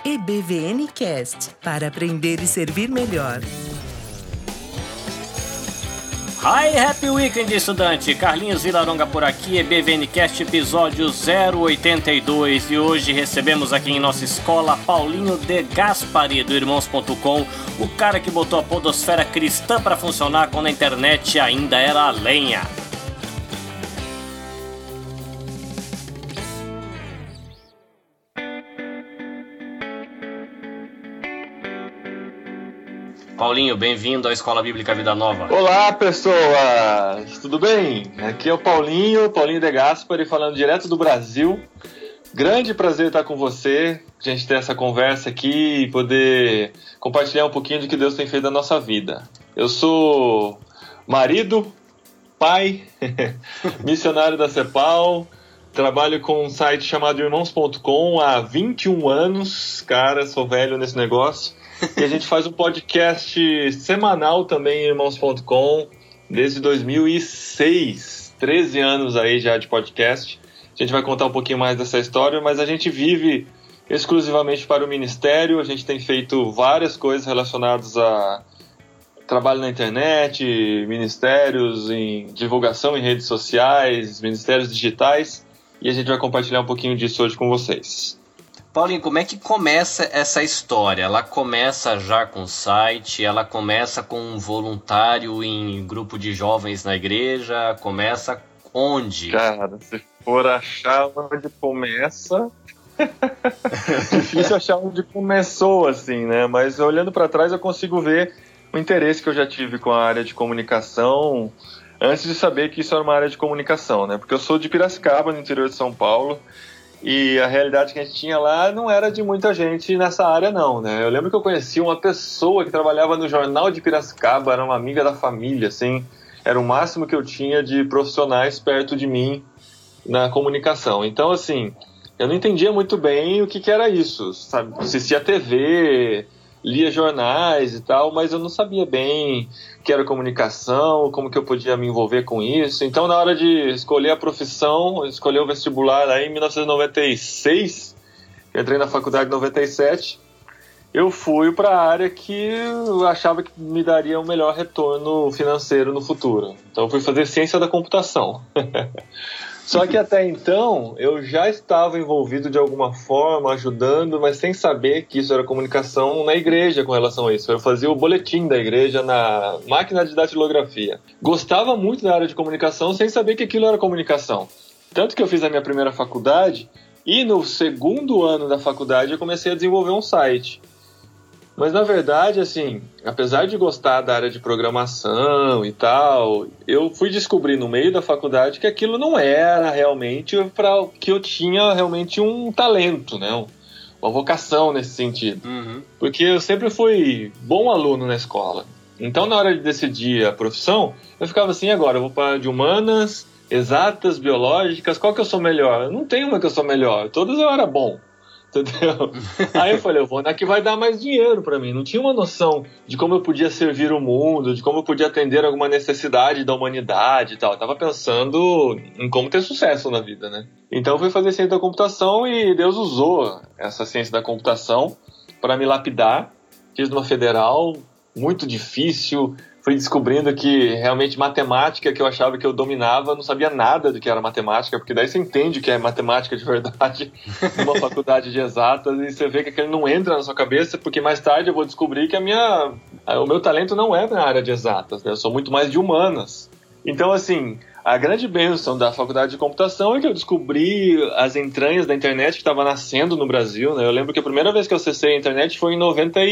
EBVNcast, para aprender e servir melhor. Hi, Happy Weekend, estudante! Carlinhos Vilaronga por aqui, EBVNcast episódio 082. E hoje recebemos aqui em nossa escola Paulinho De Gaspari, do Irmãos.com, o cara que botou a podosfera cristã para funcionar quando a internet ainda era a lenha. Paulinho, bem-vindo à Escola Bíblica Vida Nova. Olá, pessoas! Tudo bem? Aqui é o Paulinho De Gaspari, falando direto do Brasil. Grande prazer estar com você, a gente ter essa conversa aqui e poder compartilhar um pouquinho do que Deus tem feito na nossa vida. Eu sou marido, pai, missionário da CEPAL, trabalho com um site chamado Irmãos.com há 21 anos. Cara, sou velho nesse negócio. E a gente faz um podcast semanal também em Irmãos.com desde 2006, 13 anos aí já de podcast. A gente vai contar um pouquinho mais dessa história, mas a gente vive exclusivamente para o ministério. A gente tem feito várias coisas relacionadas a trabalho na internet, ministérios em divulgação em redes sociais, ministérios digitais, e a gente vai compartilhar um pouquinho disso hoje com vocês. Paulinho, como é que começa essa história? Ela começa já com o site, ela começa com um voluntário em grupo de jovens na igreja, começa onde? Cara, se for achar onde começa, difícil achar onde começou, assim, né? Mas olhando para trás eu consigo ver o interesse que eu já tive com a área de comunicação antes de saber que isso era uma área de comunicação, né? Porque eu sou de Piracicaba, no interior de São Paulo, e a realidade que a gente tinha lá não era de muita gente nessa área, não, né? Eu lembro que eu conheci uma pessoa que trabalhava no jornal de Piracicaba, era uma amiga da família, assim, era o máximo que eu tinha de profissionais perto de mim na comunicação. Então, assim, eu não entendia muito bem o que era isso, sabe? Assistia TV, lia jornais e tal, mas eu não sabia bem o que era comunicação, como que eu podia me envolver com isso. Então, na hora de escolher a profissão, escolher o vestibular aí em 1996, eu entrei na faculdade em 97, eu fui para a área que eu achava que me daria um melhor retorno financeiro no futuro. Então, eu fui fazer ciência da computação. Só que até então eu já estava envolvido de alguma forma, ajudando, mas sem saber que isso era comunicação na igreja com relação a isso. Eu fazia o boletim da igreja na máquina de datilografia. Gostava muito da área de comunicação sem saber que aquilo era comunicação. Tanto que eu fiz a minha primeira faculdade e no segundo ano da faculdade eu comecei a desenvolver um site. Mas, na verdade, assim, apesar de gostar da área de programação e tal, eu fui descobrir no meio da faculdade que aquilo não era realmente para que eu tinha realmente um talento, né? Uma vocação nesse sentido. Porque eu sempre fui bom aluno na escola. Então, na hora de decidir a profissão, eu ficava assim, agora, eu vou para de humanas, exatas, biológicas, qual que eu sou melhor? Eu não tenho uma que eu sou melhor, todas eu era bom. Entendeu? Aí eu falei, eu vou na que vai dar mais dinheiro pra mim. Não tinha uma noção de como eu podia servir o mundo, de como eu podia atender alguma necessidade da humanidade e tal. Eu tava pensando em como ter sucesso na vida, né? Então eu fui fazer ciência da computação e Deus usou essa ciência da computação para me lapidar. Fiz numa federal, muito difícil. Fui descobrindo que realmente matemática, que eu achava que eu dominava, não sabia nada do que era matemática, porque daí você entende o que é matemática de verdade numa faculdade de exatas e você vê que aquilo não entra na sua cabeça, porque mais tarde eu vou descobrir que o meu talento não é na área de exatas, né? Eu sou muito mais de humanas. Então, assim, a grande bênção da faculdade de computação é que eu descobri as entranhas da internet que estava nascendo no Brasil, né? Eu lembro que a primeira vez que eu acessei a internet foi em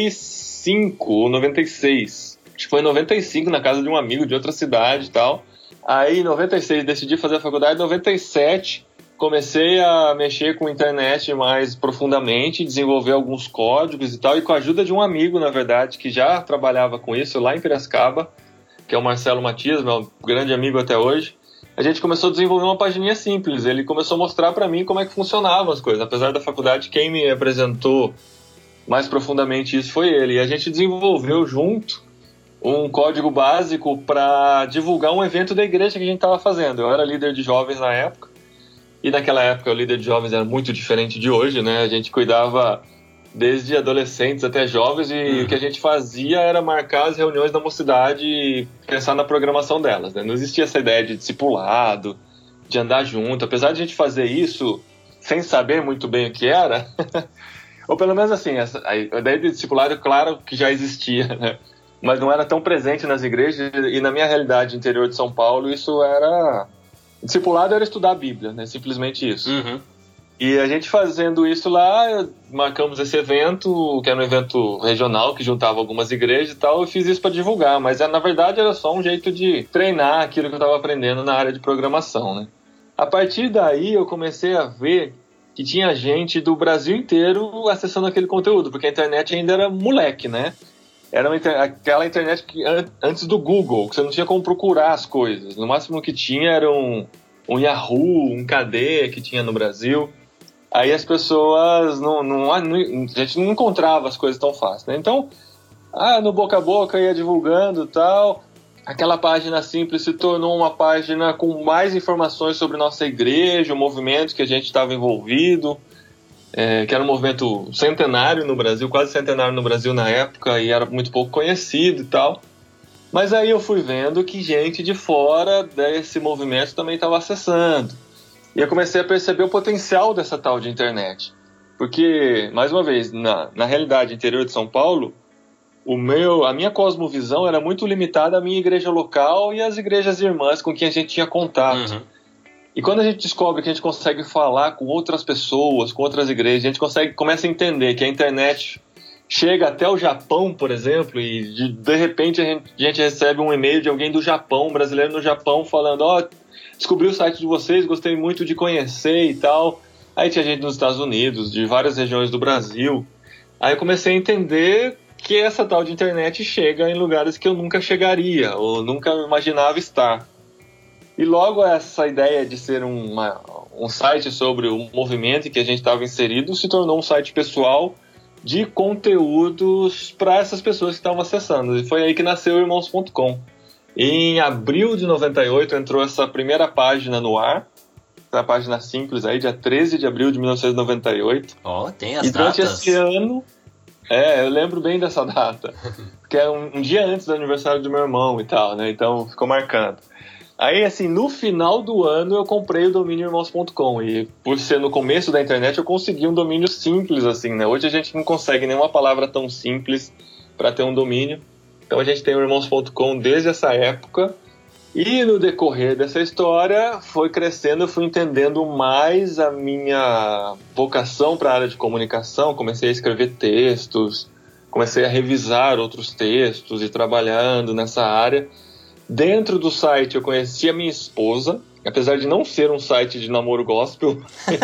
95 ou 96. Acho que foi em 95, na casa de um amigo de outra cidade e tal. Aí, em 96, decidi fazer a faculdade. Em 97, comecei a mexer com a internet mais profundamente, desenvolver alguns códigos e tal. E com a ajuda de um amigo, na verdade, que já trabalhava com isso lá em Piracicaba, que é o Marcelo Matias, meu grande amigo até hoje, a gente começou a desenvolver uma pagininha simples. Ele começou a mostrar para mim como é que funcionavam as coisas. Apesar da faculdade, quem me apresentou mais profundamente isso foi ele. E a gente desenvolveu junto um código básico para divulgar um evento da igreja que a gente estava fazendo. Eu era líder de jovens na época, e naquela época o líder de jovens era muito diferente de hoje, né? A gente cuidava desde adolescentes até jovens, e o que a gente fazia era marcar as reuniões da mocidade e pensar na programação delas, né? Não existia essa ideia de discipulado, de andar junto. Apesar de a gente fazer isso sem saber muito bem o que era, ou pelo menos assim, a ideia de discipulado, claro que já existia, né? Mas não era tão presente nas igrejas, e na minha realidade interior de São Paulo, isso era... Discipulado era estudar a Bíblia, né? Simplesmente isso. Uhum. E a gente fazendo isso lá, marcamos esse evento, que era um evento regional, que juntava algumas igrejas e tal. Eu fiz isso para divulgar, mas na verdade era só um jeito de treinar aquilo que eu estava aprendendo na área de programação, né? A partir daí eu comecei a ver que tinha gente do Brasil inteiro acessando aquele conteúdo, porque a internet ainda era moleque, né? Era aquela internet que, antes do Google, que você não tinha como procurar as coisas. No máximo que tinha era um Yahoo, um KD que tinha no Brasil. Aí as pessoas a gente não encontrava as coisas tão fácil, né? Então, no boca a boca ia divulgando e tal. Aquela página simples se tornou uma página com mais informações sobre nossa igreja, o movimento que a gente estava envolvido, que era um movimento centenário no Brasil, quase centenário no Brasil na época, e era muito pouco conhecido e tal. Mas aí eu fui vendo que gente de fora desse movimento também estava acessando. E eu comecei a perceber o potencial dessa tal de internet. Porque, mais uma vez, na realidade interior de São Paulo, a minha cosmovisão era muito limitada à minha igreja local e às igrejas irmãs com quem a gente tinha contato. Uhum. E quando a gente descobre que a gente consegue falar com outras pessoas, com outras igrejas, a gente começa a entender que a internet chega até o Japão, por exemplo, e de repente a gente recebe um e-mail de alguém do Japão, um brasileiro no Japão, falando: descobri o site de vocês, gostei muito de conhecer e tal. Aí tinha gente nos Estados Unidos, de várias regiões do Brasil. Aí eu comecei a entender que essa tal de internet chega em lugares que eu nunca chegaria, ou nunca imaginava estar. E logo essa ideia de ser um site sobre o movimento em que a gente estava inserido se tornou um site pessoal de conteúdos para essas pessoas que estavam acessando. E foi aí que nasceu o Irmãos.com. Em abril de 98 entrou essa primeira página no ar, essa página simples aí, dia 13 de abril de 1998. Tem as datas. E durante esse ano, eu lembro bem dessa data, porque é um dia antes do aniversário do meu irmão e tal, né? Então ficou marcando. Aí, assim, no final do ano eu comprei o domínio Irmãos.com, e por ser no começo da internet eu consegui um domínio simples, assim, né? Hoje a gente não consegue nenhuma palavra tão simples para ter um domínio. Então a gente tem o Irmãos.com desde essa época, e no decorrer dessa história foi crescendo, eu fui entendendo mais a minha vocação para a área de comunicação, comecei a escrever textos, comecei a revisar outros textos e trabalhando nessa área. Dentro do site eu conheci a minha esposa, apesar de não ser um site de namoro gospel.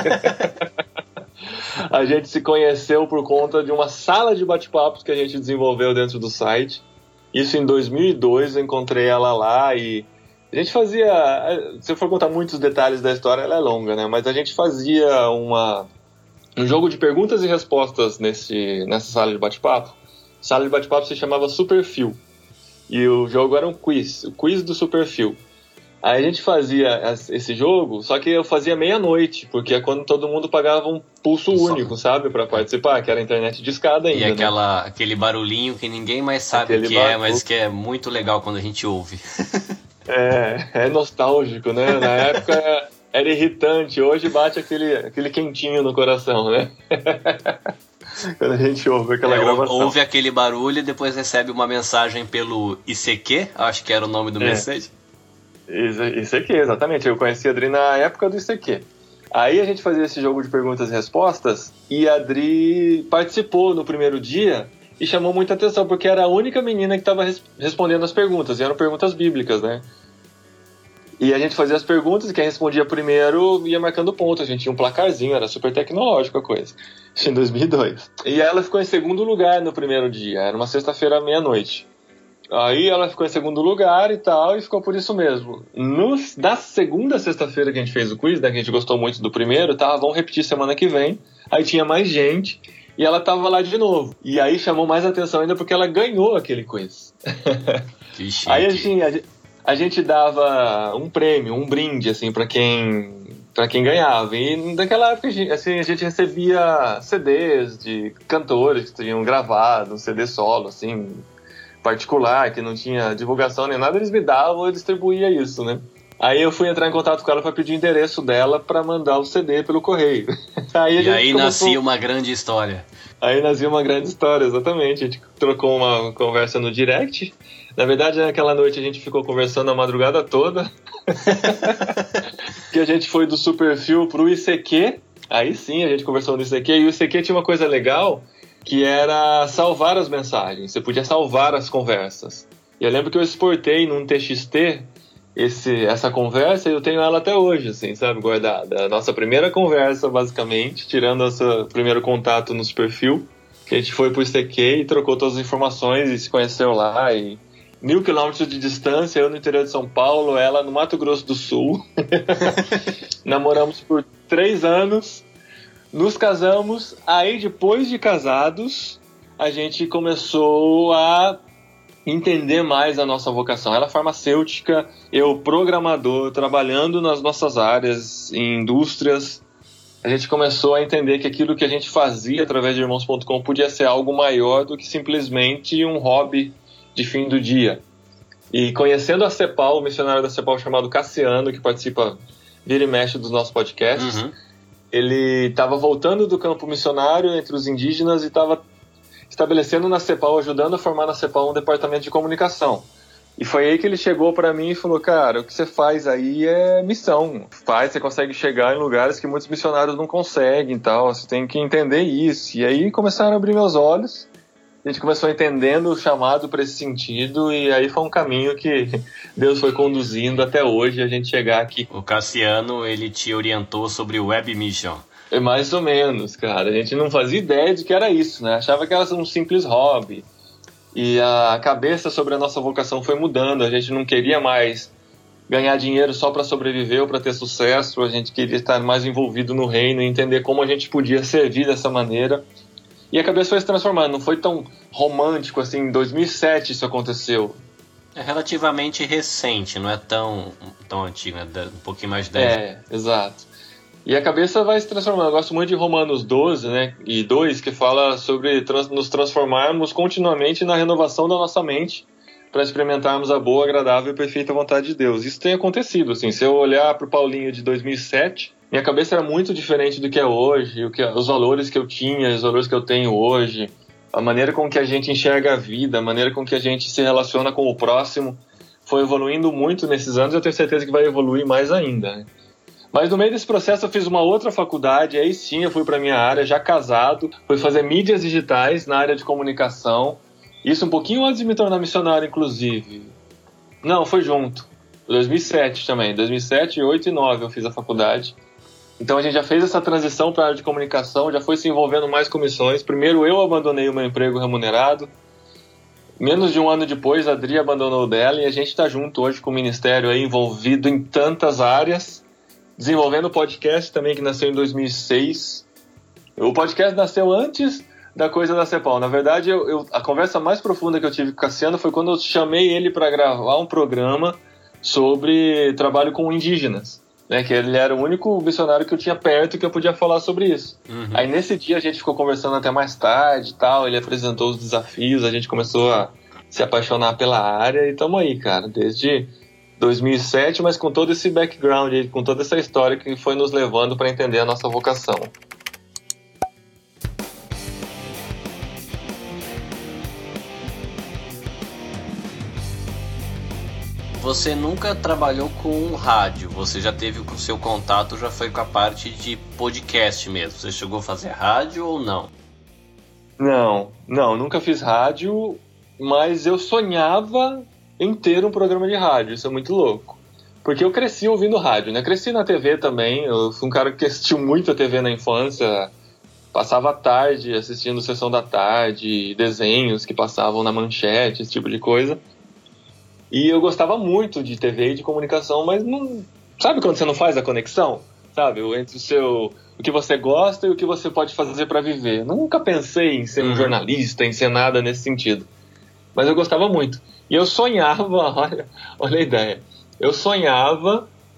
A gente se conheceu por conta de uma sala de bate-papos que a gente desenvolveu dentro do site. Isso em 2002, eu encontrei ela lá e a gente fazia... Se eu for contar muitos detalhes da história, ela é longa, né? Mas a gente fazia um jogo de perguntas e respostas nessa sala de bate-papo. A sala de bate-papo se chamava Superfil. E o jogo era um quiz, o quiz do Superfil. Aí a gente fazia esse jogo, só que eu fazia meia-noite, porque é quando todo mundo pagava um pulso único, sabe? Pra participar, que era a internet discada ainda. E aquele barulhinho que ninguém mais sabe o que é, mas que é muito legal quando a gente ouve. É nostálgico, né? Na época era irritante, hoje bate aquele quentinho no coração, né? Quando a gente ouve aquela gravação. Ouve aquele barulho e depois recebe uma mensagem pelo ICQ, acho que era o nome do message. ICQ, exatamente. Eu conheci a Adri na época do ICQ. Aí a gente fazia esse jogo de perguntas e respostas e a Adri participou no primeiro dia e chamou muita atenção, porque era a única menina que estava respondendo as perguntas, e eram perguntas bíblicas, né? E a gente fazia as perguntas e quem respondia primeiro ia marcando ponto. A gente tinha um placarzinho, era super tecnológico a coisa. Isso em 2002. E ela ficou em segundo lugar no primeiro dia. Era uma sexta-feira à meia-noite. Aí ela ficou em segundo lugar e tal, e ficou por isso mesmo. Na segunda sexta-feira que a gente fez o quiz, né, que a gente gostou muito do primeiro, tá, vamos repetir semana que vem. Aí tinha mais gente e ela tava lá de novo. E aí chamou mais atenção ainda porque ela ganhou aquele quiz. Que chique. Aí a gente dava um prêmio, um brinde, assim, pra quem para quem ganhava. E naquela época assim, a gente recebia CDs de cantores que tinham gravado, um CD solo, assim, particular, que não tinha divulgação nem nada, eles me davam, eu distribuía isso, né? Aí eu fui entrar em contato com ela para pedir o endereço dela para mandar o CD pelo correio. Aí nascia uma grande história. Aí nascia uma grande história, exatamente. A gente trocou uma conversa no direct. Na verdade, naquela noite a gente ficou conversando a madrugada toda. Que a gente foi do Superfio pro ICQ. Aí sim, a gente conversou no ICQ. E o ICQ tinha uma coisa legal, que era salvar as mensagens. Você podia salvar as conversas. E eu lembro que eu exportei num TXT essa conversa, e eu tenho ela até hoje, assim, sabe, guardada. A nossa primeira conversa, basicamente, tirando o nosso primeiro contato no Superfio, que a gente foi pro ICQ e trocou todas as informações e se conheceu lá, e 1.000 quilômetros de distância, eu no interior de São Paulo, ela no Mato Grosso do Sul. Namoramos por 3 anos, nos casamos, aí depois de casados, a gente começou a entender mais a nossa vocação. Ela é farmacêutica, eu programador, trabalhando nas nossas áreas, em indústrias. A gente começou a entender que aquilo que a gente fazia através de Irmãos.com podia ser algo maior do que simplesmente um hobby de fim do dia. E conhecendo a CEPAL, o missionário da CEPAL chamado Cassiano, que participa, vira e mexe dos nossos podcasts, ele estava voltando do campo missionário entre os indígenas e estava estabelecendo na CEPAL, ajudando a formar na CEPAL um departamento de comunicação. E foi aí que ele chegou para mim e falou, cara, o que você faz aí é missão. Você consegue chegar em lugares que muitos missionários não conseguem e tal, você tem que entender isso. E aí começaram a abrir meus olhos, a gente começou entendendo o chamado para esse sentido, e aí foi um caminho que Deus foi conduzindo até hoje, a gente chegar aqui. O Cassiano, ele te orientou sobre o Web Mission. É mais ou menos, cara. A gente não fazia ideia de que era isso, né? Achava que era um simples hobby. E a cabeça sobre a nossa vocação foi mudando. A gente não queria mais ganhar dinheiro só para sobreviver ou para ter sucesso. A gente queria estar mais envolvido no reino e entender como a gente podia servir dessa maneira. E a cabeça foi se transformando. Não foi tão romântico assim. Em 2007 isso aconteceu. É relativamente recente, não é tão antigo, né? Um pouquinho mais de 10. Exato. E a cabeça vai se transformando. Eu gosto muito de Romanos 12, né, e 2, que fala sobre nos transformarmos continuamente na renovação da nossa mente para experimentarmos a boa, agradável e perfeita vontade de Deus. Isso tem acontecido. Assim, se eu olhar para o Paulinho de 2007, minha cabeça era muito diferente do que é hoje, os valores que eu tinha, os valores que eu tenho hoje, a maneira com que a gente enxerga a vida, a maneira com que a gente se relaciona com o próximo, foi evoluindo muito nesses anos e eu tenho certeza que vai evoluir mais ainda, né? Mas no meio desse processo eu fiz uma outra faculdade, aí sim eu fui para minha área, já casado, fui fazer mídias digitais na área de comunicação, isso um pouquinho antes de me tornar missionário, inclusive. Não, foi junto, 2007 também, 2007, 8 e 9 eu fiz a faculdade. Então a gente já fez essa transição para a área de comunicação, já foi se envolvendo mais com missões. Primeiro eu abandonei o meu emprego remunerado, menos de um ano depois a Adri abandonou o dela e a gente está junto hoje com o ministério aí envolvido em tantas áreas. Desenvolvendo o podcast também, que nasceu em 2006. O podcast nasceu antes da coisa da CEPAL. Na verdade, a conversa mais profunda que eu tive com o Cassiano foi quando eu chamei ele para gravar um programa sobre trabalho com indígenas, né? Que ele era o único missionário que eu tinha perto que eu podia falar sobre isso. Aí nesse dia a gente ficou conversando até mais tarde e tal, ele apresentou os desafios, a gente começou a se apaixonar pela área e estamos aí, cara, desde 2007, mas com todo esse background, com toda essa história que foi nos levando para entender a nossa vocação. Você nunca trabalhou com rádio, você já teve o seu contato, já foi com a parte de podcast mesmo. Você chegou a fazer rádio ou não? Não, nunca fiz rádio, mas eu sonhava em ter um programa de rádio, isso é muito louco. Porque eu cresci ouvindo rádio, né? Cresci na TV também, eu fui um cara que assistiu muito a TV na infância, passava a tarde assistindo Sessão da Tarde, desenhos que passavam na manchete, esse tipo de coisa. E eu gostava muito de TV e de comunicação, mas não... Sabe quando você não faz a conexão? Sabe? Entre o que você gosta e o que você pode fazer para viver. Eu nunca pensei em ser um jornalista, em ser nada nesse sentido. Mas eu gostava muito. E eu sonhava, olha a ideia, eu sonhava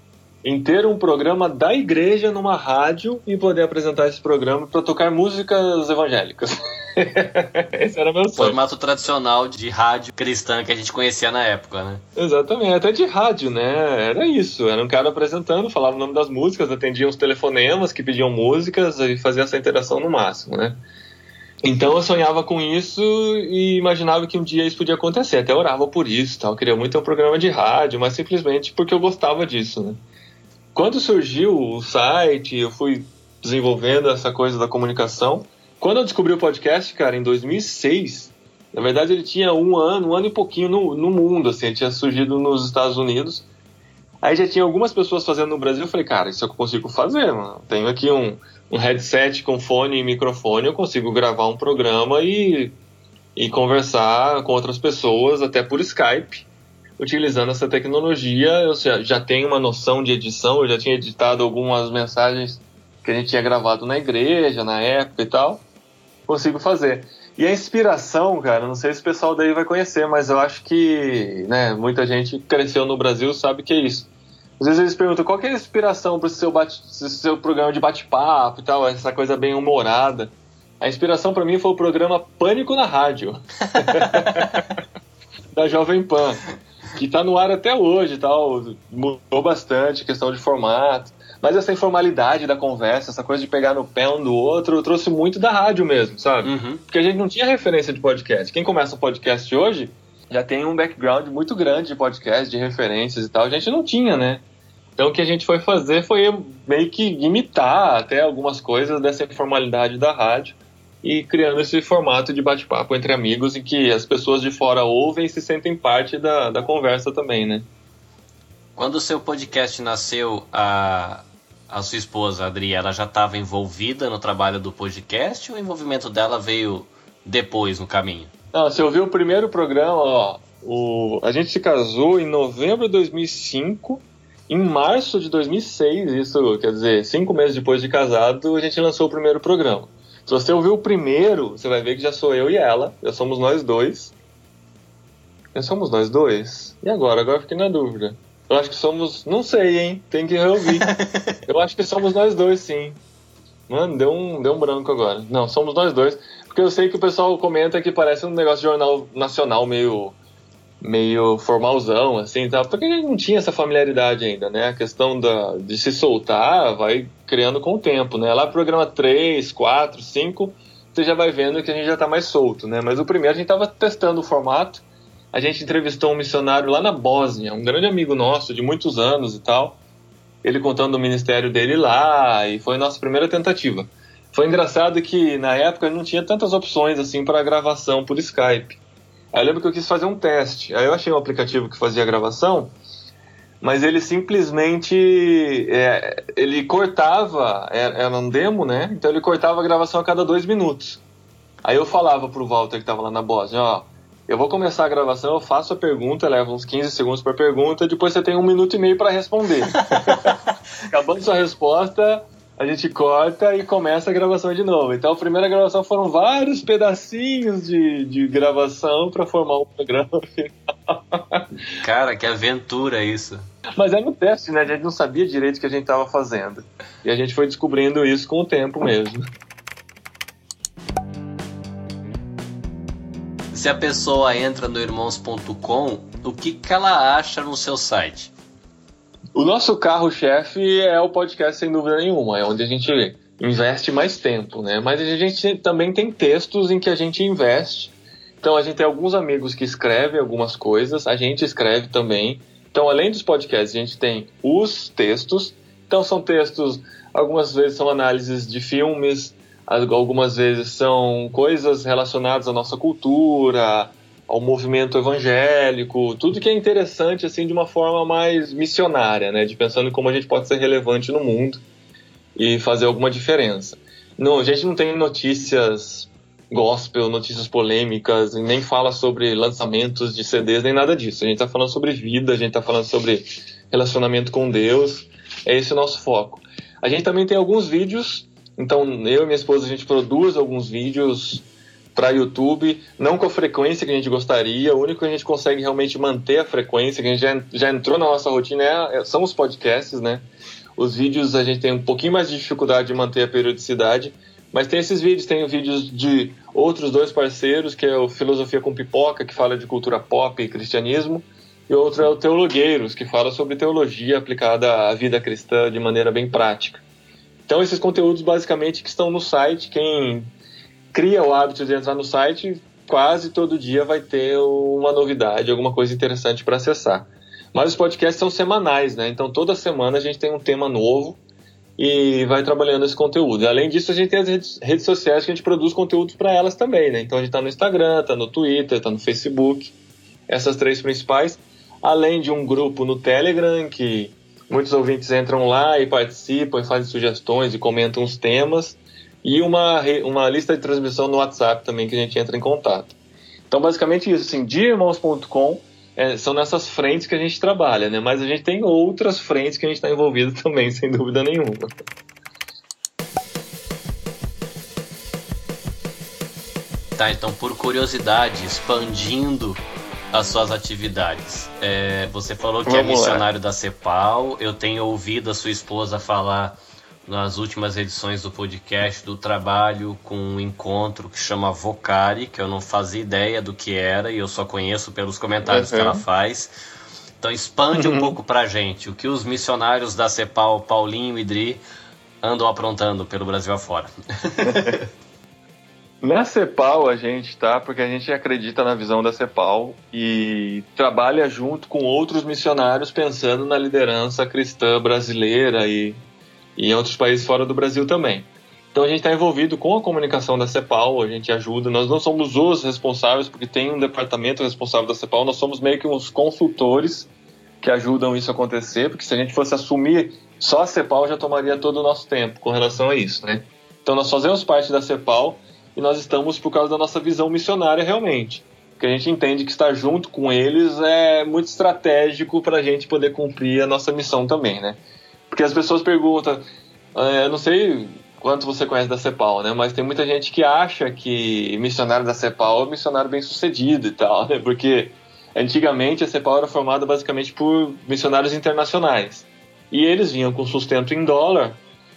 em ter um programa da igreja numa rádio e poder apresentar esse programa para tocar músicas evangélicas. Esse era meu sonho. Formato tradicional de rádio cristã que a gente conhecia na época, né? Exatamente, até de rádio, né? Era isso, era um cara apresentando, falava o nome das músicas, atendia os telefonemas que pediam músicas e fazia essa interação no máximo, né? Então eu sonhava com isso e imaginava que um dia isso podia acontecer, até orava por isso, tal. Eu queria muito ter um programa de rádio, mas simplesmente porque eu gostava disso, né? Quando surgiu o site, eu fui desenvolvendo essa coisa da comunicação. Quando eu descobri o podcast, cara, em 2006, na verdade ele tinha um ano e pouquinho no mundo, assim, ele tinha surgido nos Estados Unidos. Aí já tinha algumas pessoas fazendo no Brasil, eu falei, cara, isso eu consigo fazer, mano. Tenho aqui um headset com fone e microfone, eu consigo gravar um programa e conversar com outras pessoas, até por Skype, utilizando essa tecnologia. Eu já tenho uma noção de edição, eu já tinha editado algumas mensagens que a gente tinha gravado na igreja, na época e tal. Consigo fazer. E a inspiração, cara, não sei se o pessoal daí vai conhecer, mas eu acho que, né, muita gente cresceu no Brasil sabe que é isso. Às vezes eles perguntam qual que é a inspiração para esse seu programa de bate-papo e tal, essa coisa bem humorada. A inspiração para mim foi o programa Pânico na Rádio, da Jovem Pan, que tá no ar até hoje e tal, mudou bastante, questão de formato. Mas essa informalidade da conversa, essa coisa de pegar no pé um do outro, eu trouxe muito da rádio mesmo, sabe? Uhum. Porque a gente não tinha referência de podcast. Quem começa um podcast hoje já tem um background muito grande de podcast, de referências e tal. A gente não tinha, né? Então o que a gente foi fazer foi meio que imitar até algumas coisas dessa informalidade da rádio e criando esse formato de bate-papo entre amigos em que as pessoas de fora ouvem e se sentem parte da conversa também, né? Quando o seu podcast nasceu, a sua esposa, Adri, ela já estava envolvida no trabalho do podcast ou o envolvimento dela veio depois no caminho? Não, você ouviu o primeiro programa, ó, a gente se casou em novembro de 2005, em março de 2006, isso quer dizer, 5 meses depois de casado, a gente lançou o primeiro programa. Se você ouviu o primeiro, você vai ver que já sou eu e ela, já somos nós dois. Já somos nós dois? E agora? Agora eu fiquei na dúvida. Eu acho que somos... Não sei, hein? Tem que reouvir. Eu acho que somos nós dois, sim. Mano, deu um branco agora. Não, somos nós dois. Porque eu sei que o pessoal comenta que parece um negócio de jornal nacional meio formalzão, assim, tá? Porque a gente não tinha essa familiaridade ainda, né? A questão de se soltar vai criando com o tempo, né? Lá pro programa 3, 4, 5, você já vai vendo que a gente já tá mais solto, né? Mas o primeiro a gente tava testando o formato. A gente entrevistou um missionário lá na Bósnia, um grande amigo nosso de muitos anos e tal. Ele contando do ministério dele lá, e foi a nossa primeira tentativa. Foi engraçado que na época não tinha tantas opções assim para gravação por Skype. Aí eu lembro que eu quis fazer um teste. Aí eu achei um aplicativo que fazia a gravação, mas ele simplesmente ele cortava, era um demo, né? Então ele cortava a gravação a cada 2 minutos. Aí eu falava pro Walter que estava lá na Bósnia, ó, eu vou começar a gravação, eu faço a pergunta, leva uns 15 segundos para a pergunta, depois você tem 1 minuto e meio para responder. Acabando sua resposta, a gente corta e começa a gravação de novo. Então a primeira gravação foram vários pedacinhos de gravação para formar um programa final. Cara, que aventura isso. Mas era no teste, né? A gente não sabia direito o que a gente estava fazendo. E a gente foi descobrindo isso com o tempo mesmo. Se a pessoa entra no irmãos.com, o que ela acha no seu site? O nosso carro-chefe é o podcast, sem dúvida nenhuma. É onde a gente investe mais tempo, né? Mas a gente também tem textos em que a gente investe. Então a gente tem alguns amigos que escrevem algumas coisas, a gente escreve também. Então, além dos podcasts, a gente tem os textos. Então são textos, algumas vezes são análises de filmes, algumas vezes são coisas relacionadas à nossa cultura, ao movimento evangélico, tudo que é interessante assim de uma forma mais missionária, né, de pensando em como a gente pode ser relevante no mundo e fazer alguma diferença. Não, a gente não tem notícias gospel, notícias polêmicas, nem fala sobre lançamentos de CDs, nem nada disso. A gente está falando sobre vida, a gente está falando sobre relacionamento com Deus, é esse o nosso foco. A gente também tem alguns vídeos. Então, eu e minha esposa, a gente produz alguns vídeos para YouTube, não com a frequência que a gente gostaria. O único que a gente consegue realmente manter a frequência, que a gente já entrou na nossa rotina, são os podcasts, né? Os vídeos a gente tem um pouquinho mais de dificuldade de manter a periodicidade, mas tem esses vídeos, tem vídeos de outros 2 parceiros, que é o Filosofia com Pipoca, que fala de cultura pop e cristianismo, e outro é o Teologueiros, que fala sobre teologia aplicada à vida cristã de maneira bem prática. Então esses conteúdos basicamente que estão no site, quem cria o hábito de entrar no site, quase todo dia vai ter uma novidade, alguma coisa interessante para acessar. Mas os podcasts são semanais, né? Então toda semana a gente tem um tema novo e vai trabalhando esse conteúdo. Além disso, a gente tem as redes sociais que a gente produz conteúdos para elas também, né? Então a gente está no Instagram, está no Twitter, está no Facebook, essas 3 principais. Além de um grupo no Telegram, que muitos ouvintes entram lá e participam e fazem sugestões e comentam os temas. E uma lista de transmissão no WhatsApp também, que a gente entra em contato. Então, basicamente isso, assim, diairmãos.com são nessas frentes que a gente trabalha, né? Mas a gente tem outras frentes que a gente está envolvido também, sem dúvida nenhuma. Tá, então, por curiosidade, expandindo as suas atividades. Você falou que Vamos é missionário lá. da CEPAL. Eu tenho ouvido a sua esposa falar nas últimas edições do podcast do trabalho com um encontro que chama Vocari, que eu não fazia ideia do que era e eu só conheço pelos comentários que ela faz. Então expande um pouco pra gente o que os missionários da CEPAL, Paulinho e Dri, andam aprontando pelo Brasil afora. Na CEPAL a gente tá, porque a gente acredita na visão da CEPAL e trabalha junto com outros missionários pensando na liderança cristã brasileira e em outros países fora do Brasil também. Então a gente está envolvido com a comunicação da CEPAL, a gente ajuda, nós não somos os responsáveis, porque tem um departamento responsável da CEPAL, nós somos meio que uns consultores que ajudam isso a acontecer, porque se a gente fosse assumir só a CEPAL já tomaria todo o nosso tempo com relação a isso, né? Então nós fazemos parte da CEPAL e nós estamos por causa da nossa visão missionária realmente, porque a gente entende que estar junto com eles é muito estratégico para a gente poder cumprir a nossa missão também, né? Porque as pessoas perguntam, eu não sei quanto você conhece da CEPAL, né? Mas tem muita gente que acha que missionário da CEPAL é missionário bem sucedido e tal, né? Porque antigamente a CEPAL era formada basicamente por missionários internacionais. E eles vinham com sustento em dólar,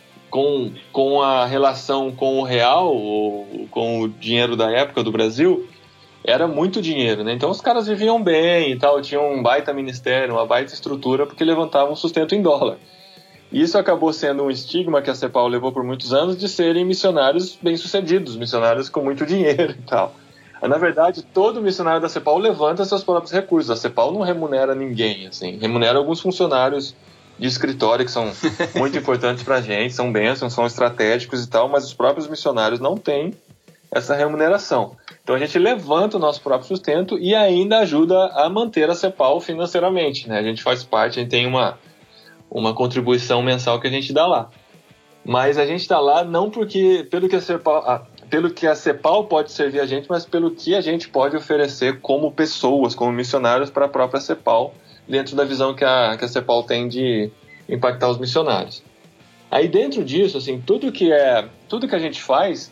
com a relação com o real, ou com o dinheiro da época do Brasil, era muito dinheiro, né? Então os caras viviam bem e tal, tinham um baita ministério, uma baita estrutura, porque levantavam sustento em dólar. Isso acabou sendo um estigma que a CEPAL levou por muitos anos de serem missionários bem-sucedidos, missionários com muito dinheiro e tal. Na verdade, todo missionário da CEPAL levanta seus próprios recursos. A CEPAL não remunera ninguém, assim, remunera alguns funcionários de escritório que são muito importantes pra gente, são bênçãos, são estratégicos e tal, mas os próprios missionários não têm essa remuneração. Então a gente levanta o nosso próprio sustento e ainda ajuda a manter a CEPAL financeiramente, né? A gente faz parte, a gente tem uma contribuição mensal que a gente dá lá. Mas a gente está lá não porque pelo que a CEPAL pode servir a gente, mas pelo que a gente pode oferecer como pessoas, como missionários para a própria CEPAL, dentro da visão que a CEPAL tem de impactar os missionários. Aí dentro disso, assim, tudo que a gente faz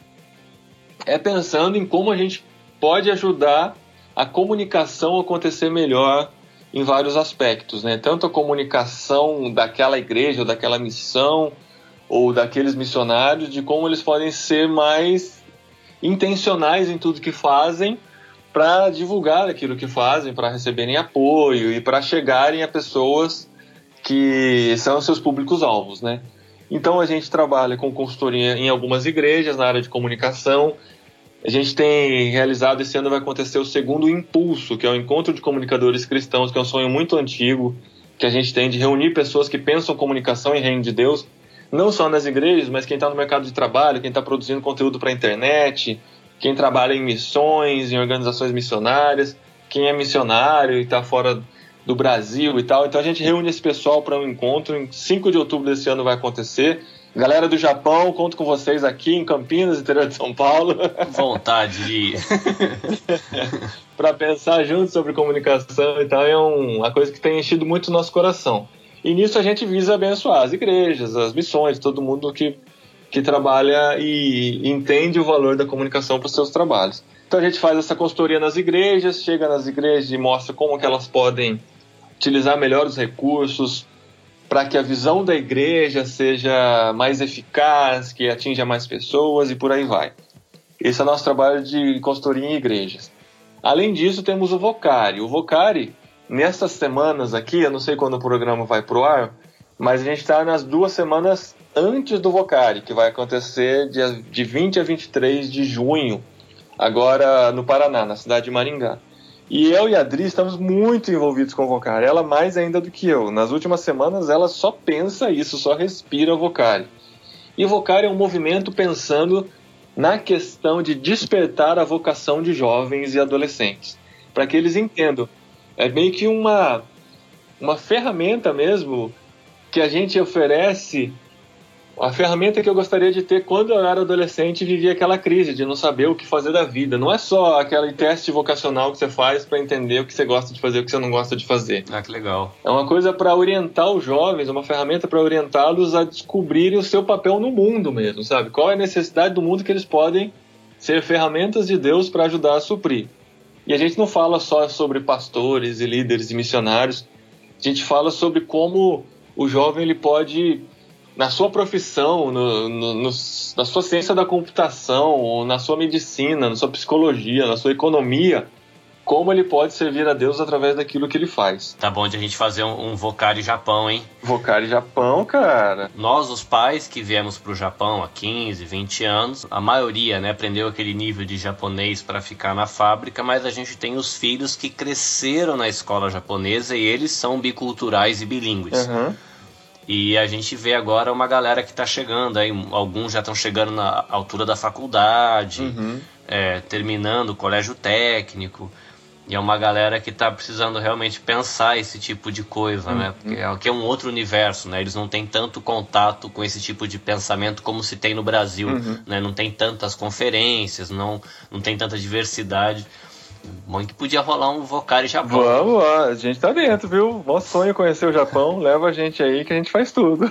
é pensando em como a gente pode ajudar a comunicação a acontecer melhor em vários aspectos, né? Tanto a comunicação daquela igreja, ou daquela missão, ou daqueles missionários, de como eles podem ser mais intencionais em tudo que fazem para divulgar aquilo que fazem, para receberem apoio e para chegarem a pessoas que são seus públicos-alvos, né? Então a gente trabalha com consultoria em algumas igrejas na área de comunicação. A gente tem realizado, esse ano vai acontecer o segundo Impulso, que é o Encontro de Comunicadores Cristãos, que é um sonho muito antigo que a gente tem de reunir pessoas que pensam comunicação e reino de Deus, não só nas igrejas, mas quem está no mercado de trabalho, quem está produzindo conteúdo para a internet, quem trabalha em missões, em organizações missionárias, quem é missionário e está fora do Brasil e tal. Então a gente reúne esse pessoal para um encontro, em 5 de outubro desse ano vai acontecer. Galera do Japão, conto com vocês aqui em Campinas, interior de São Paulo. Vontade de ir. Para pensar junto sobre comunicação e tal, é uma coisa que tem enchido muito o nosso coração. E nisso a gente visa abençoar as igrejas, as missões, todo mundo que que trabalha e entende o valor da comunicação para os seus trabalhos. Então a gente faz essa consultoria nas igrejas, chega nas igrejas e mostra como que elas podem utilizar melhor os recursos para que a visão da igreja seja mais eficaz, que atinja mais pessoas e por aí vai. Esse é o nosso trabalho de consultoria em igrejas. Além disso, temos o Vocari. O Vocari, nessas semanas aqui, eu não sei quando o programa vai pro ar, mas a gente está nas 2 semanas antes do Vocari, que vai acontecer de 20 a 23 de junho, agora no Paraná, na cidade de Maringá. E eu e a Adri estamos muito envolvidos com o Vocari, ela mais ainda do que eu. Nas últimas semanas ela só pensa isso, só respira o Vocari. E o Vocari é um movimento pensando na questão de despertar a vocação de jovens e adolescentes, para que eles entendam. É meio que uma ferramenta mesmo que a gente oferece, a ferramenta que eu gostaria de ter quando eu era adolescente e vivia aquela crise de não saber o que fazer da vida. Não é só aquele teste vocacional que você faz para entender o que você gosta de fazer e o que você não gosta de fazer. Ah, que legal. É uma coisa para orientar os jovens, uma ferramenta para orientá-los a descobrirem o seu papel no mundo mesmo, sabe? Qual é a necessidade do mundo que eles podem ser ferramentas de Deus para ajudar a suprir. E a gente não fala só sobre pastores e líderes e missionários, a gente fala sobre como o jovem ele pode, na sua profissão, na sua ciência da computação, na sua medicina, na sua psicologia, na sua economia, como ele pode servir a Deus através daquilo que ele faz. Tá bom de a gente fazer um Vocari Japão, hein? Vocari Japão, cara. Nós, os pais que viemos pro Japão há 15, 20 anos, a maioria, né, aprendeu aquele nível de japonês para ficar na fábrica, mas a gente tem os filhos que cresceram na escola japonesa e eles são biculturais e bilíngues. Uhum. E a gente vê agora uma galera que tá chegando, aí alguns já estão chegando na altura da faculdade, terminando o colégio técnico. E é uma galera que tá precisando realmente pensar esse tipo de coisa, né? Porque é um outro universo, né? Eles não têm tanto contato com esse tipo de pensamento como se tem no Brasil, né? Não tem tantas conferências, não tem tanta diversidade. Bom que podia rolar um Vocari Japão. Vamos lá, a gente tá dentro, viu? Nosso sonho é conhecer o Japão, leva a gente aí que a gente faz tudo.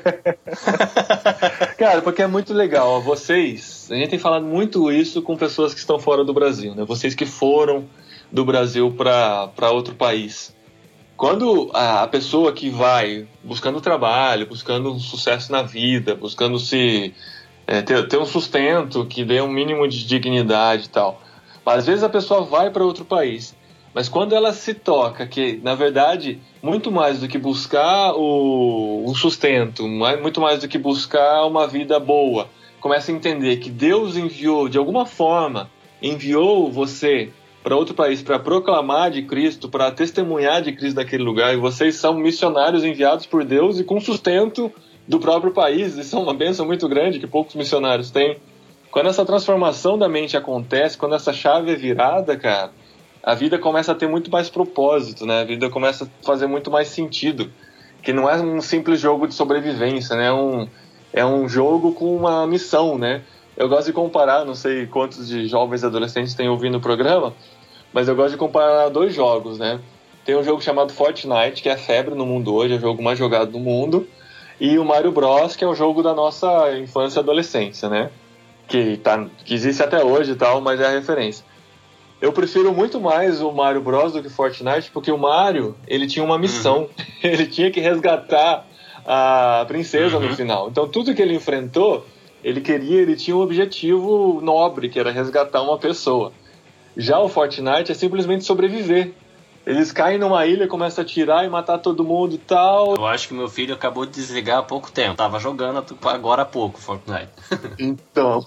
Cara, porque é muito legal, ó, vocês, a gente tem falado muito isso com pessoas que estão fora do Brasil, né? Vocês que foram do Brasil para outro país. Quando a pessoa que vai buscando trabalho, buscando um sucesso na vida, buscando ter um sustento que dê um mínimo de dignidade e tal, às vezes a pessoa vai para outro país, mas quando ela se toca que, na verdade, muito mais do que buscar o sustento, muito mais do que buscar uma vida boa, começa a entender que Deus enviou, de alguma forma, enviou você para outro país para proclamar de Cristo, para testemunhar de Cristo naquele lugar, e vocês são missionários enviados por Deus e com sustento do próprio país. Isso é uma bênção muito grande que poucos missionários têm. Quando essa transformação da mente acontece, quando essa chave é virada, cara, a vida começa a ter muito mais propósito, né? A vida começa a fazer muito mais sentido, que não é um simples jogo de sobrevivência, né? É um jogo com uma missão, né? Eu gosto de comparar, não sei quantos de jovens e adolescentes têm ouvido o programa, mas eu gosto de comparar 2 jogos, né? Tem um jogo chamado Fortnite, que é febre no mundo hoje, é o jogo mais jogado do mundo, e o Mario Bros, que é o jogo da nossa infância e adolescência, né? Que existe até hoje e tal, mas é a referência. Eu prefiro muito mais o Mario Bros do que Fortnite, porque o Mario, ele tinha uma missão, ele tinha que resgatar a princesa no final. Então tudo que ele enfrentou, ele tinha um objetivo nobre, que era resgatar uma pessoa. Já o Fortnite é simplesmente sobreviver. Eles caem numa ilha, começam a atirar e matar todo mundo e tal. Eu acho que meu filho acabou de desligar há pouco tempo. Tava jogando agora há pouco Fortnite. Então,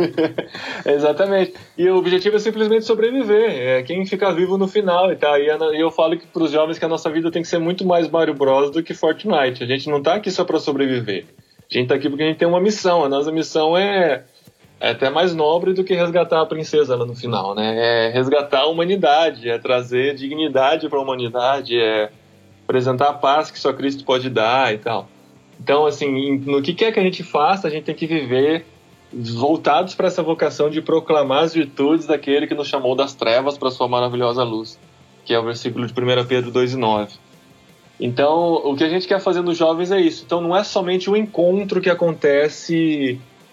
exatamente. E o objetivo é simplesmente sobreviver. É quem fica vivo no final e tal. E eu falo que para os jovens que a nossa vida tem que ser muito mais Mario Bros do que Fortnite. A gente não tá aqui só para sobreviver. A gente tá aqui porque a gente tem uma missão. A nossa missão é até mais nobre do que resgatar a princesa lá no final, né? É resgatar a humanidade, é trazer dignidade para a humanidade, é apresentar a paz que só Cristo pode dar e tal. Então, assim, no que quer que a gente faça, a gente tem que viver voltados para essa vocação de proclamar as virtudes daquele que nos chamou das trevas para sua maravilhosa luz, que é o versículo de 1 Pedro 2:9. Então, o que a gente quer fazer nos jovens é isso. Então, não é somente o encontro que acontece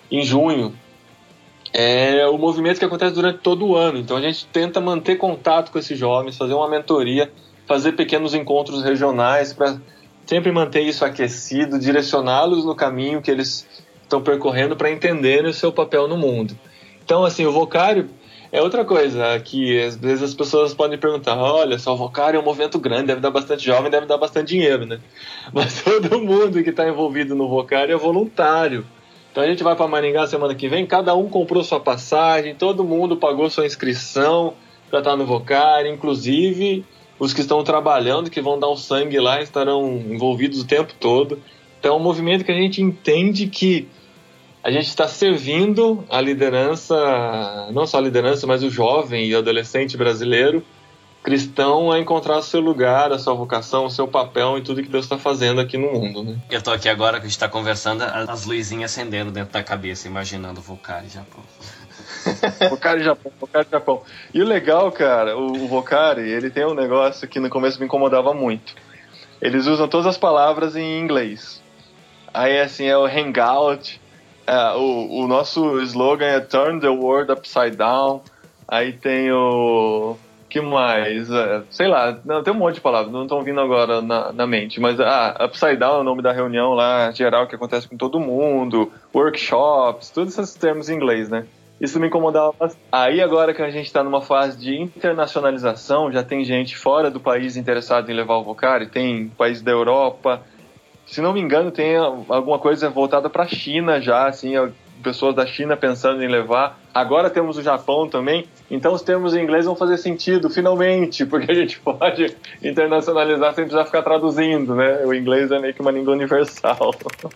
em junho. É o movimento que acontece durante todo o ano. Então a gente tenta manter contato com esses jovens, fazer uma mentoria, fazer pequenos encontros regionais para sempre manter isso aquecido, direcioná-los no caminho que eles estão percorrendo para entenderem o seu papel no mundo. Então, assim, o Vocário é outra coisa que às vezes as pessoas podem perguntar: olha só, o Vocário é um movimento grande, deve dar bastante jovem, deve dar bastante dinheiro, né? Mas todo mundo que está envolvido no Vocário é voluntário. Então a gente vai para Maringá semana que vem, cada um comprou sua passagem, todo mundo pagou sua inscrição para estar no Vocário, inclusive os que estão trabalhando, que vão dar o sangue lá, estarão envolvidos o tempo todo. Então é um movimento que a gente entende que a gente está servindo a liderança, não só a liderança, mas o jovem e o adolescente brasileiro cristão a encontrar o seu lugar, a sua vocação, o seu papel em tudo que Deus está fazendo aqui no mundo, né? Eu tô aqui agora que a gente tá conversando, as luzinhas acendendo dentro da cabeça, imaginando o Vocário Japão. Vocário Japão. E o legal, cara, o Vocário, ele tem um negócio que no começo me incomodava muito. Eles usam todas as palavras em inglês. Aí, assim, é o hangout, o nosso slogan é Turn the World Upside Down. Aí tem o... que mais? Sei lá, não, tem um monte de palavras, não estão vindo agora na mente, mas Upside Down é o nome da reunião lá, geral, que acontece com todo mundo, workshops, todos esses termos em inglês, né? Isso me incomodava bastante. Aí agora que a gente está numa fase de internacionalização, já tem gente fora do país interessada em levar o Vocário, tem país da Europa, se não me engano tem alguma coisa voltada para a China já, assim, pessoas da China pensando em levar. Agora temos o Japão também, então os termos em inglês vão fazer sentido, finalmente, porque a gente pode internacionalizar sem precisar ficar traduzindo, né? O inglês é meio que uma língua universal.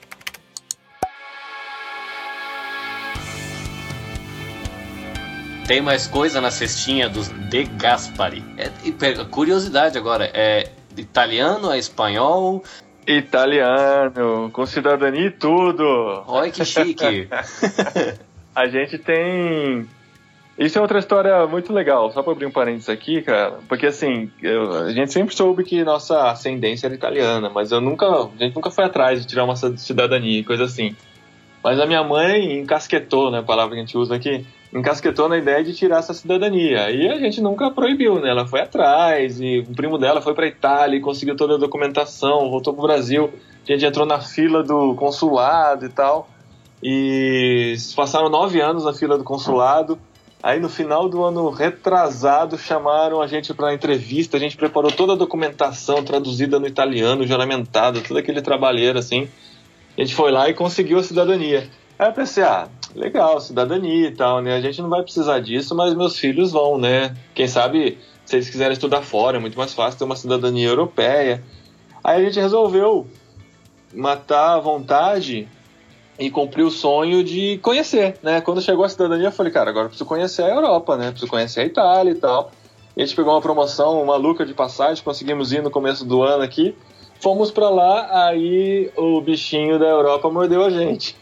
Tem mais coisa na cestinha dos De Gaspari. Curiosidade agora, é italiano, é espanhol? Italiano, com cidadania e tudo. Olha que chique. A gente tem... Isso é outra história muito legal, só para abrir um parênteses aqui, cara, porque assim, a gente sempre soube que nossa ascendência era italiana, mas a gente nunca foi atrás de tirar uma cidadania, coisa assim. Mas a minha mãe encasquetou, né, a palavra que a gente usa aqui, encasquetou na ideia de tirar essa cidadania. E a gente nunca proibiu, né? Ela foi atrás, e o primo dela foi para Itália e conseguiu toda a documentação, voltou pro Brasil, a gente entrou na fila do consulado e tal, e passaram 9 anos na fila do consulado. Aí no final do ano retrasado chamaram a gente para entrevista, a gente preparou toda a documentação traduzida no italiano, juramentada, todo aquele trabalheiro assim. A gente foi lá e conseguiu a cidadania. Aí eu pensei, legal, cidadania e tal, né? A gente não vai precisar disso, mas meus filhos vão, né? Quem sabe, se eles quiserem estudar fora, é muito mais fácil ter uma cidadania europeia. Aí a gente resolveu matar a vontade e cumprir o sonho de conhecer, né? Quando chegou a cidadania, eu falei, cara, agora eu preciso conhecer a Europa, né? Preciso conhecer a Itália e tal. E a gente pegou uma promoção maluca de passagem, conseguimos ir no começo do ano aqui. Fomos pra lá, aí o bichinho da Europa mordeu a gente.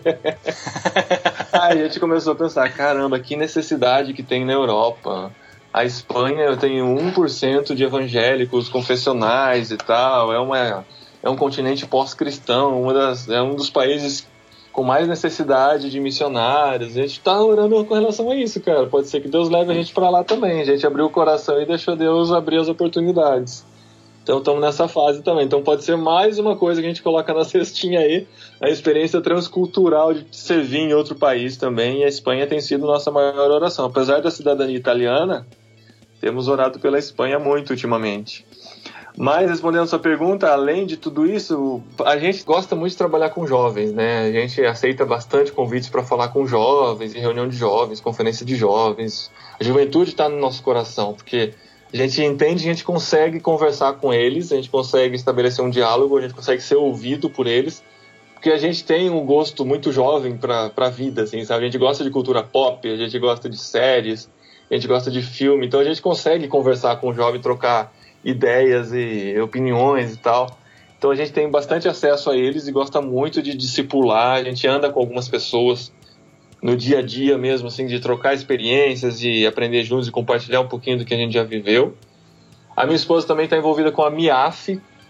Aí a gente começou a pensar, caramba, que necessidade que tem na Europa. A Espanha tem 1% de evangélicos confessionais e tal, é um continente pós-cristão, é um dos países com mais necessidade de missionários. A gente tá orando com relação a isso, cara. Pode ser que Deus leve a gente pra lá também. A gente abriu o coração e deixou Deus abrir as oportunidades. Então estamos nessa fase também. Então pode ser mais uma coisa que a gente coloca na cestinha aí, a experiência transcultural de servir em outro país também. E a Espanha tem sido nossa maior oração. Apesar da cidadania italiana, temos orado pela Espanha muito ultimamente. Mas respondendo a sua pergunta, além de tudo isso, a gente gosta muito de trabalhar com jovens, né? A gente aceita bastante convites para falar com jovens, em reunião de jovens, conferência de jovens. A juventude está no nosso coração, porque a gente entende, a gente consegue conversar com eles, a gente consegue estabelecer um diálogo, a gente consegue ser ouvido por eles, porque a gente tem um gosto muito jovem para a vida, assim, sabe? A gente gosta de cultura pop, a gente gosta de séries, a gente gosta de filme, então a gente consegue conversar com o jovem, trocar ideias e opiniões e tal. Então a gente tem bastante acesso a eles e gosta muito de discipular, a gente anda com algumas pessoas no dia a dia mesmo, assim, de trocar experiências, de aprender juntos e compartilhar um pouquinho do que a gente já viveu. A minha esposa também está envolvida com a MIAF,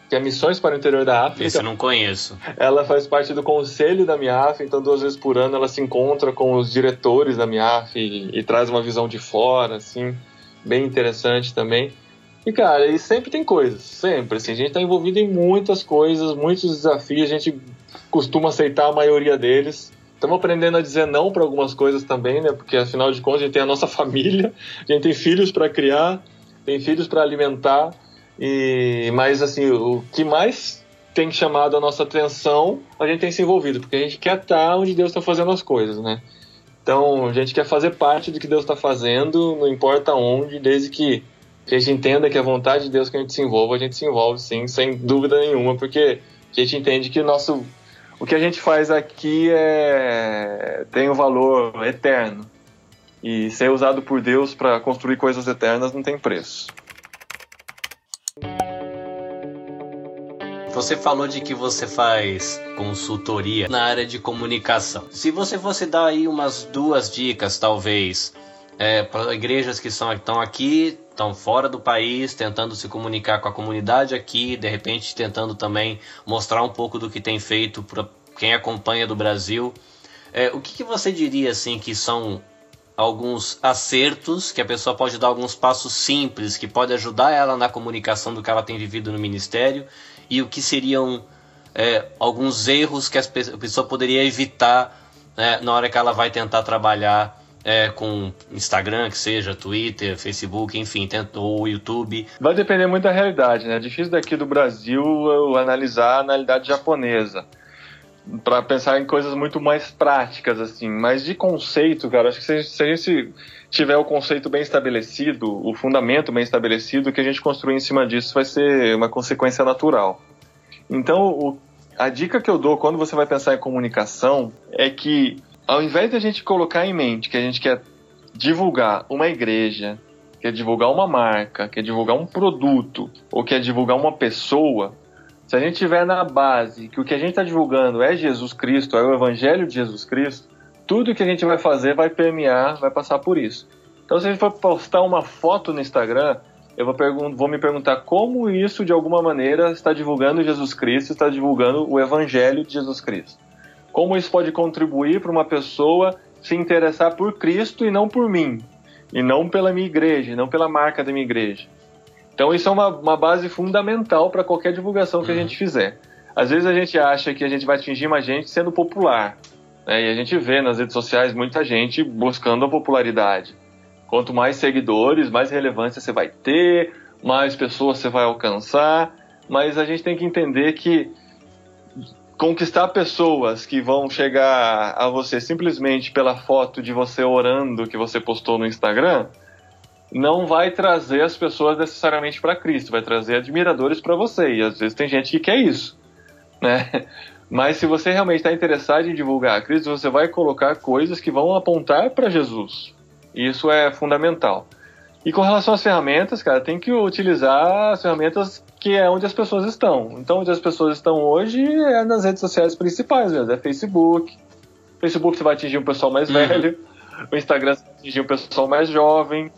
que é Missões para o Interior da África. Esse eu não conheço. Ela faz parte do conselho da MIAF, então 2 vezes por ano ela se encontra com os diretores da MIAF e traz uma visão de fora, assim, bem interessante também. E, cara, e sempre tem coisas, sempre, assim, a gente tá envolvido em muitas coisas, muitos desafios, a gente costuma aceitar a maioria deles. Estamos aprendendo a dizer não para algumas coisas também, né, porque afinal de contas a gente tem a nossa família, a gente tem filhos para criar, tem filhos para alimentar, mas, assim, o que mais tem chamado a nossa atenção, a gente tem se envolvido, porque a gente quer estar onde Deus está fazendo as coisas, né. Então, a gente quer fazer parte do que Deus está fazendo, não importa onde, desde que a gente entenda que a vontade de Deus que a gente se envolve sim, sem dúvida nenhuma, porque a gente entende que o que a gente faz aqui tem um valor eterno. E ser usado por Deus para construir coisas eternas não tem preço. Você falou de que você faz consultoria na área de comunicação. Se você fosse dar aí umas 2 dicas, talvez, para igrejas que estão aqui, estão fora do país, tentando se comunicar com a comunidade aqui, de repente tentando também mostrar um pouco do que tem feito para quem acompanha do Brasil. O que você diria assim que são alguns acertos, que a pessoa pode dar alguns passos simples, que pode ajudar ela na comunicação do que ela tem vivido no ministério, e o que seriam alguns erros que a pessoa poderia evitar na hora que ela vai tentar trabalhar com Instagram, que seja Twitter, Facebook, enfim, ou YouTube? Vai depender muito da realidade, né? É difícil daqui do Brasil eu analisar a realidade japonesa, para pensar em coisas muito mais práticas, assim. Mas de conceito, cara, acho que se a gente tiver o conceito bem estabelecido, o fundamento bem estabelecido, o que a gente construir em cima disso vai ser uma consequência natural. Então, a dica que eu dou quando você vai pensar em comunicação é que, ao invés de a gente colocar em mente que a gente quer divulgar uma igreja, quer divulgar uma marca, quer divulgar um produto, ou quer divulgar uma pessoa, se a gente tiver na base que o que a gente está divulgando é Jesus Cristo, é o Evangelho de Jesus Cristo, tudo que a gente vai fazer vai permear, vai passar por isso. Então, se a gente for postar uma foto no Instagram, eu vou me perguntar como isso, de alguma maneira, está divulgando Jesus Cristo, está divulgando o Evangelho de Jesus Cristo. Como isso pode contribuir para uma pessoa se interessar por Cristo e não por mim, e não pela minha igreja, e não pela marca da minha igreja. Então isso é uma base fundamental para qualquer divulgação que a gente fizer. Às vezes a gente acha que a gente vai atingir mais gente sendo popular, né? E a gente vê nas redes sociais muita gente buscando a popularidade. Quanto mais seguidores, mais relevância você vai ter, mais pessoas você vai alcançar, mas a gente tem que entender que conquistar pessoas que vão chegar a você simplesmente pela foto de você orando que você postou no Instagram não vai trazer as pessoas necessariamente para Cristo, vai trazer admiradores para você, e às vezes tem gente que quer isso, né? Mas se você realmente está interessado em divulgar a Cristo, você vai colocar coisas que vão apontar para Jesus. Isso é fundamental. E com relação às ferramentas, cara, tem que utilizar as ferramentas que é onde as pessoas estão. Então, onde as pessoas estão hoje é nas redes sociais principais mesmo, é Facebook. Facebook você vai atingir um pessoal mais velho, o Instagram você vai atingir um pessoal mais jovem,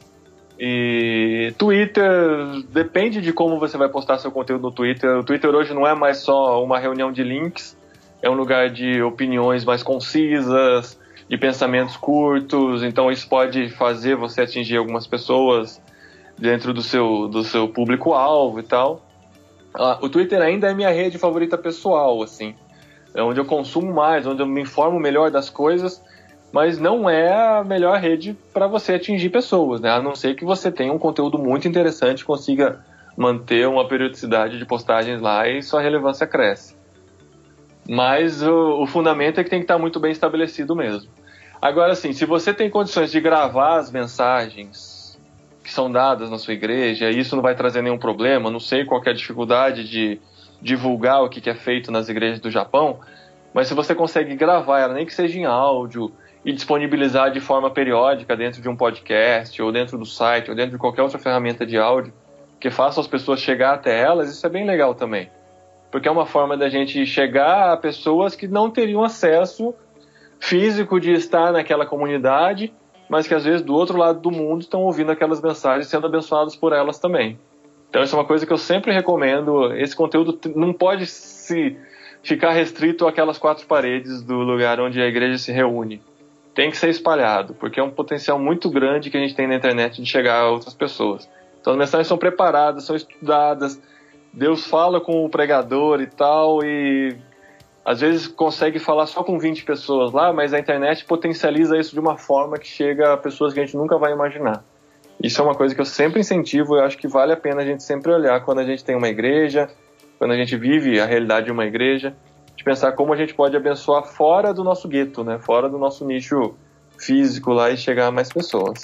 e Twitter, depende de como você vai postar seu conteúdo no Twitter. O Twitter hoje não é mais só uma reunião de links, é um lugar de opiniões mais concisas, de pensamentos curtos, então isso pode fazer você atingir algumas pessoas dentro do seu público-alvo e tal. O Twitter ainda é minha rede favorita pessoal, assim, é onde eu consumo mais, onde eu me informo melhor das coisas, mas não é a melhor rede para você atingir pessoas, né? A não ser que você tenha um conteúdo muito interessante, consiga manter uma periodicidade de postagens lá e sua relevância cresce. Mas o fundamento é que tem que estar muito bem estabelecido mesmo. Agora, assim, se você tem condições de gravar as mensagens que são dadas na sua igreja, isso não vai trazer nenhum problema, não sei qual que é a dificuldade de divulgar o que é feito nas igrejas do Japão, mas se você consegue gravar ela, nem que seja em áudio, e disponibilizar de forma periódica dentro de um podcast, ou dentro do site, ou dentro de qualquer outra ferramenta de áudio, que faça as pessoas chegar até elas, isso é bem legal também. Porque é uma forma da gente chegar a pessoas que não teriam acesso físico de estar naquela comunidade, mas que às vezes do outro lado do mundo estão ouvindo aquelas mensagens, sendo abençoados por elas também. Então isso é uma coisa que eu sempre recomendo. Esse conteúdo não pode se ficar restrito àquelas 4 paredes do lugar onde a igreja se reúne. Tem que ser espalhado, porque é um potencial muito grande que a gente tem na internet de chegar a outras pessoas. Então as mensagens são preparadas, são estudadas, Deus fala com o pregador e tal, e às vezes consegue falar só com 20 pessoas lá, mas a internet potencializa isso de uma forma que chega a pessoas que a gente nunca vai imaginar. Isso é uma coisa que eu sempre incentivo, eu acho que vale a pena a gente sempre olhar quando a gente tem uma igreja, quando a gente vive a realidade de uma igreja, de pensar como a gente pode abençoar fora do nosso gueto, né? Fora do nosso nicho físico lá e chegar a mais pessoas.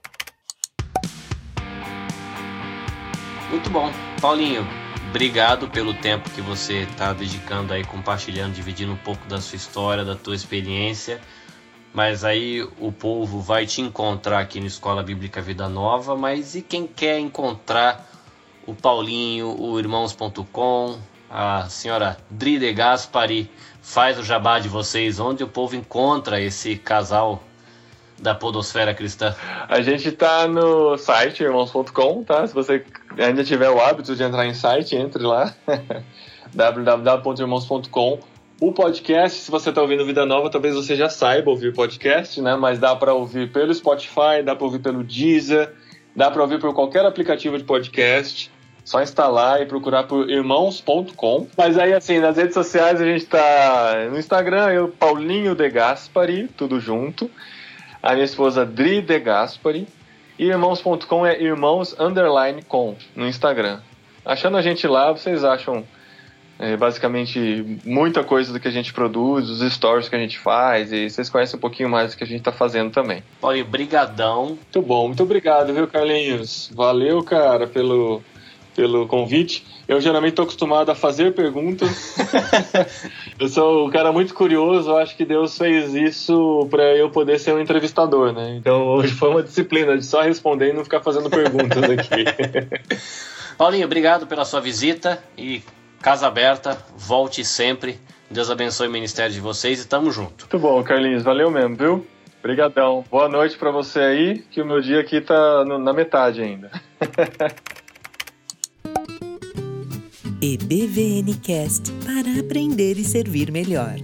Muito bom. Paulinho, obrigado pelo tempo que você está dedicando aí, compartilhando, dividindo um pouco da sua história, da tua experiência. Mas aí o povo vai te encontrar aqui no Escola Bíblica Vida Nova, mas e quem quer encontrar o Paulinho, o Irmãos.com, a senhora Dri de Gaspari, faz o jabá de vocês, onde o povo encontra esse casal da podosfera cristã? A gente tá no site irmãos.com, tá? Se você ainda tiver o hábito de entrar em site, entre lá, www.irmãos.com. O podcast, se você está ouvindo Vida Nova, talvez você já saiba ouvir podcast, né? Mas dá para ouvir pelo Spotify, dá para ouvir pelo Deezer, dá para ouvir por qualquer aplicativo de podcast. Só instalar e procurar por irmãos.com. Mas aí, assim, nas redes sociais a gente tá no Instagram, eu, Paulinho de Gaspari, tudo junto. A minha esposa, Dri de Gaspari. E irmãos.com é irmãos_com no Instagram. Achando a gente lá, vocês acham basicamente muita coisa do que a gente produz, os stories que a gente faz, e vocês conhecem um pouquinho mais do que a gente tá fazendo também. Paulinho, brigadão. Muito bom, muito obrigado, viu, Carlinhos? Valeu, cara, pelo convite. Eu geralmente estou acostumado a fazer perguntas. Eu sou um cara muito curioso, eu acho que Deus fez isso para eu poder ser um entrevistador, né? Então hoje foi uma disciplina de só responder e não ficar fazendo perguntas aqui. Paulinho, obrigado pela sua visita e casa aberta, volte sempre. Deus abençoe o ministério de vocês e tamo junto. Muito bom, Carlinhos, valeu mesmo, viu? Obrigadão. Boa noite para você aí, que o meu dia aqui tá na metade ainda. EBVNcast, para aprender e servir melhor.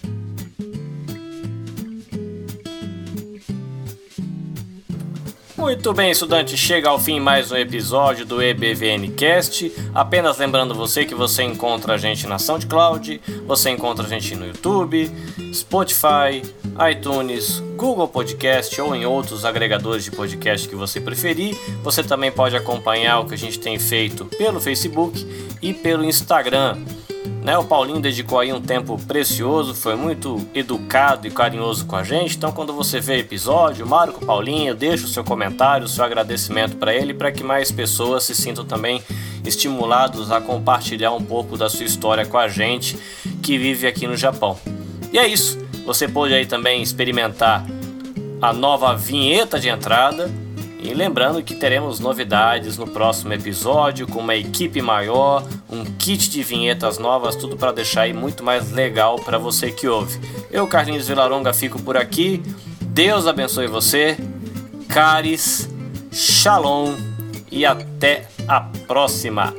Muito bem, estudante, chega ao fim mais um episódio do EBVNcast. Apenas lembrando você que você encontra a gente na SoundCloud, você encontra a gente no YouTube, Spotify, iTunes, Google Podcast ou em outros agregadores de podcast que você preferir. Você também pode acompanhar o que a gente tem feito pelo Facebook e pelo Instagram. O Paulinho dedicou aí um tempo precioso, foi muito educado e carinhoso com a gente. Então, quando você vê o episódio, marca o Paulinho, deixa o seu comentário, o seu agradecimento para ele, para que mais pessoas se sintam também estimulados a compartilhar um pouco da sua história com a gente que vive aqui no Japão. E é isso, você pode aí também experimentar a nova vinheta de entrada. E lembrando que teremos novidades no próximo episódio, com uma equipe maior, um kit de vinhetas novas, tudo para deixar aí muito mais legal para você que ouve. Eu, Carlinhos Vilaronga, fico por aqui. Deus abençoe você. Caris, Shalom e até a próxima.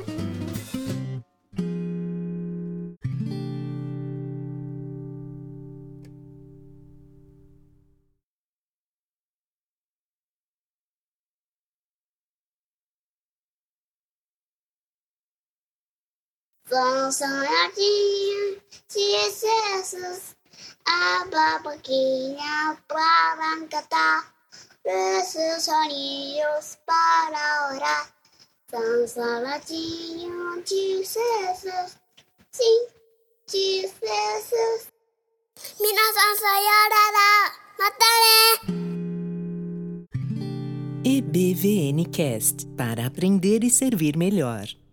Sonhadinho de excessos, a babaquinha para cantar, esses olhinhos para orar. Sonhadinho de excessos, sim, de excessos. Minasan sayonara, mata né! EBVNcast, para aprender e servir melhor.